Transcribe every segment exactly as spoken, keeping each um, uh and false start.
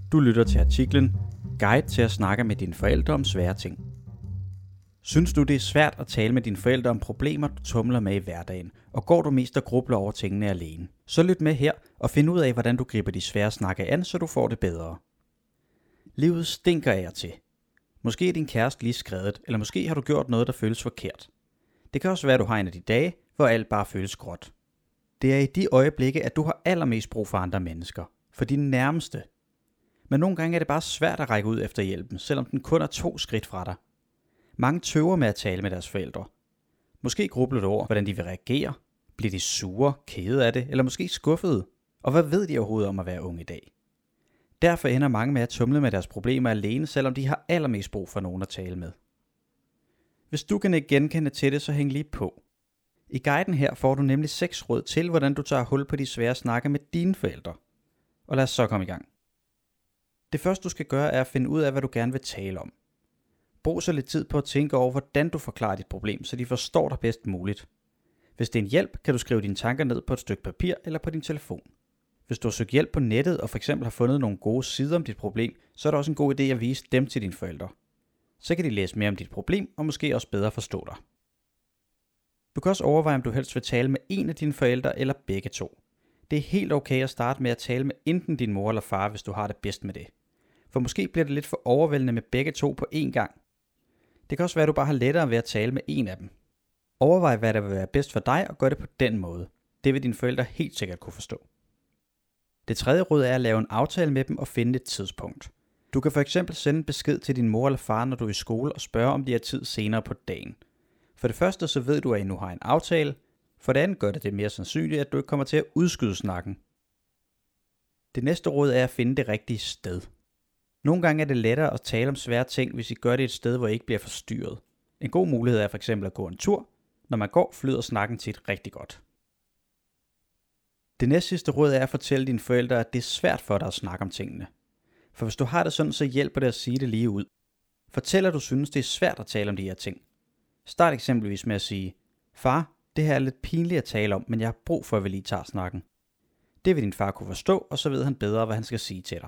Du lytter til artiklen Guide til at snakke med dine forældre om svære ting. Synes du, det er svært at tale med dine forældre om problemer, du tumler med i hverdagen, og går du mest og grubler over tingene alene? Så lyt med her og find ud af, hvordan du griber de svære snakke an, så du får det bedre. Livet stinker af og til. Måske er din kæreste lige skredet, eller måske har du gjort noget, der føles forkert. Det kan også være, at du har en af de dage, hvor alt bare føles gråt. Det er i de øjeblikke, at du har allermest brug for andre mennesker, for dine nærmeste. Men nogle gange er det bare svært at række ud efter hjælpen, selvom den kun er to skridt fra dig. Mange tøver med at tale med deres forældre. Måske grubler du over, hvordan de vil reagere. Bliver de sure, kede af det, eller måske skuffede? Og hvad ved de overhovedet om at være ung i dag? Derfor ender mange med at tumle med deres problemer alene, selvom de har allermest brug for nogen at tale med. Hvis du kan ikke genkende til det, så hæng lige på. I guiden her får du nemlig seks råd til, hvordan du tager hul på de svære snakke med dine forældre. Og lad os så komme i gang. Det første du skal gøre er at finde ud af, hvad du gerne vil tale om. Brug så lidt tid på at tænke over, hvordan du forklarer dit problem, så de forstår dig bedst muligt. Hvis det er en hjælp, kan du skrive dine tanker ned på et stykke papir eller på din telefon. Hvis du har søgt hjælp på nettet og for eksempel har fundet nogle gode sider om dit problem, så er det også en god idé at vise dem til dine forældre. Så kan de læse mere om dit problem og måske også bedre forstå dig. Du kan også overveje, om du helst vil tale med en af dine forældre eller begge to. Det er helt okay at starte med at tale med enten din mor eller far, hvis du har det bedst med det. For måske bliver det lidt for overvældende med begge to på én gang. Det kan også være, at du bare har lettere ved at tale med en af dem. Overvej, hvad der vil være bedst for dig, og gør det på den måde. Det vil dine forældre helt sikkert kunne forstå. Det tredje råd er at lave en aftale med dem og finde et tidspunkt. Du kan for eksempel sende en besked til din mor eller far, når du er i skole, og spørge, om de har tid senere på dagen. For det første, så ved du, at I nu har en aftale. For det andet gør det det mere sandsynligt, at du ikke kommer til at udskyde snakken. Det næste råd er at finde det rigtige sted. Nogle gange er det lettere at tale om svære ting, hvis I gør det et sted, hvor I ikke bliver forstyrret. En god mulighed er for eksempel at gå en tur. Når man går, flyder snakken tit rigtig godt. Det næste sidste råd er at fortælle dine forældre, at det er svært for dig at snakke om tingene. For hvis du har det sådan, så hjælper det at sige det lige ud. Fortæl, at du synes, det er svært at tale om de her ting. Start eksempelvis med at sige, far, det her er lidt pinligt at tale om, men jeg har brug for, at vi lige tager snakken. Det vil din far kunne forstå, og så ved han bedre, hvad han skal sige til dig.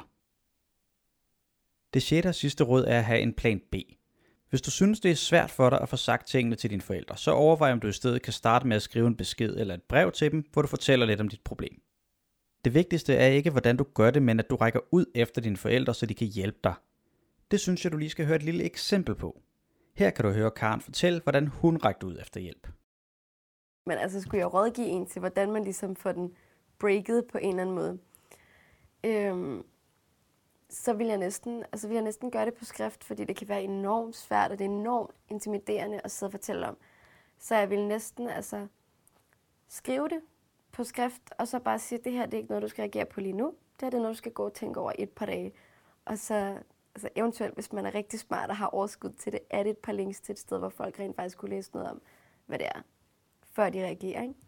Det sjette og sidste råd er at have en plan B. Hvis du synes, det er svært for dig at få sagt tingene til dine forældre, så overvej, om du i stedet kan starte med at skrive en besked eller et brev til dem, hvor du fortæller lidt om dit problem. Det vigtigste er ikke, hvordan du gør det, men at du rækker ud efter dine forældre, så de kan hjælpe dig. Det synes jeg, du lige skal høre et lille eksempel på. Her kan du høre Karen fortælle, hvordan hun rækte ud efter hjælp. Men altså skulle jeg rådgive en til, hvordan man ligesom får den breaket på en eller anden måde. Øhm, så vil jeg næsten, altså vil jeg næsten gøre det på skrift, fordi det kan være enormt svært, og det er enormt intimiderende at sidde og fortælle om. Så jeg vil næsten altså skrive det på skrift, og så bare sige, at det her det er ikke noget, du skal reagere på lige nu. Det her det er noget, du skal gå og tænke over i et par dage. Og så altså eventuelt, hvis man er rigtig smart og har overskud til det, er det et par links til et sted, hvor folk rent faktisk kunne læse noget om, hvad det er, før de reagerer, ikke?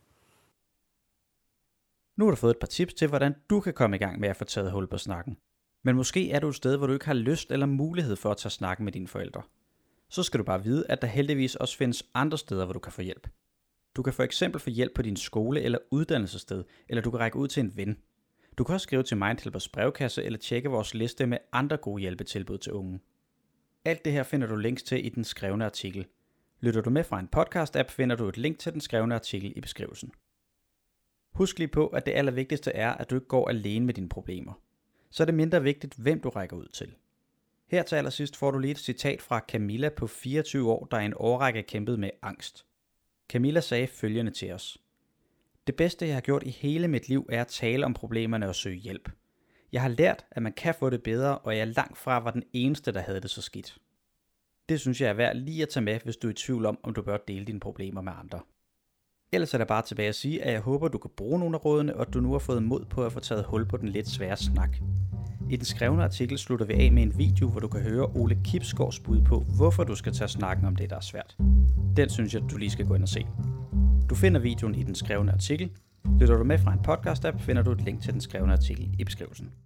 Nu har du fået et par tips til, hvordan du kan komme i gang med at få taget hul på snakken. Men måske er du et sted, hvor du ikke har lyst eller mulighed for at tage snakken med dine forældre. Så skal du bare vide, at der heldigvis også findes andre steder, hvor du kan få hjælp. Du kan for eksempel få hjælp på din skole eller uddannelsessted, eller du kan række ud til en ven. Du kan også skrive til Mindhelpers brevkasse eller tjekke vores liste med andre gode hjælpetilbud til unge. Alt det her finder du links til i den skrevne artikel. Lytter du med fra en podcast-app, finder du et link til den skrevne artikel i beskrivelsen. Husk lige på, at det allervigtigste er, at du ikke går alene med dine problemer. Så er det mindre vigtigt, hvem du rækker ud til. Her til allersidst får du lige et citat fra Camilla på fireogtyve år, der i en årrække kæmpede med angst. Camilla sagde følgende til os. Det bedste, jeg har gjort i hele mit liv, er at tale om problemerne og søge hjælp. Jeg har lært, at man kan få det bedre, og jeg langt fra var den eneste, der havde det så skidt. Det synes jeg er værd lige at tage med, hvis du er i tvivl om, om du bør dele dine problemer med andre. Ellers er der bare tilbage at sige, at jeg håber, du kan bruge nogle af rådene, og at du nu har fået mod på at få taget hul på den lidt svære snak. I den skrevne artikel slutter vi af med en video, hvor du kan høre Ole Kipsgaards bud på, hvorfor du skal tage snakken om det, der er svært. Den synes jeg, du lige skal gå ind og se. Du finder videoen i den skrevne artikel. Lytter du med fra en podcast-app, finder du et link til den skrevne artikel i beskrivelsen.